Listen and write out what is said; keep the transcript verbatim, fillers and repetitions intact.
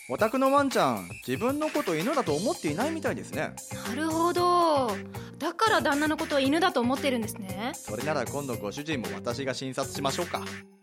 お宅のワンちゃん、自分のこと犬だと思っていないみたいですね。 なるほど。だから旦那のことを犬だと思ってるんですね。 それなら今度ご主人も私が診察しましょうか。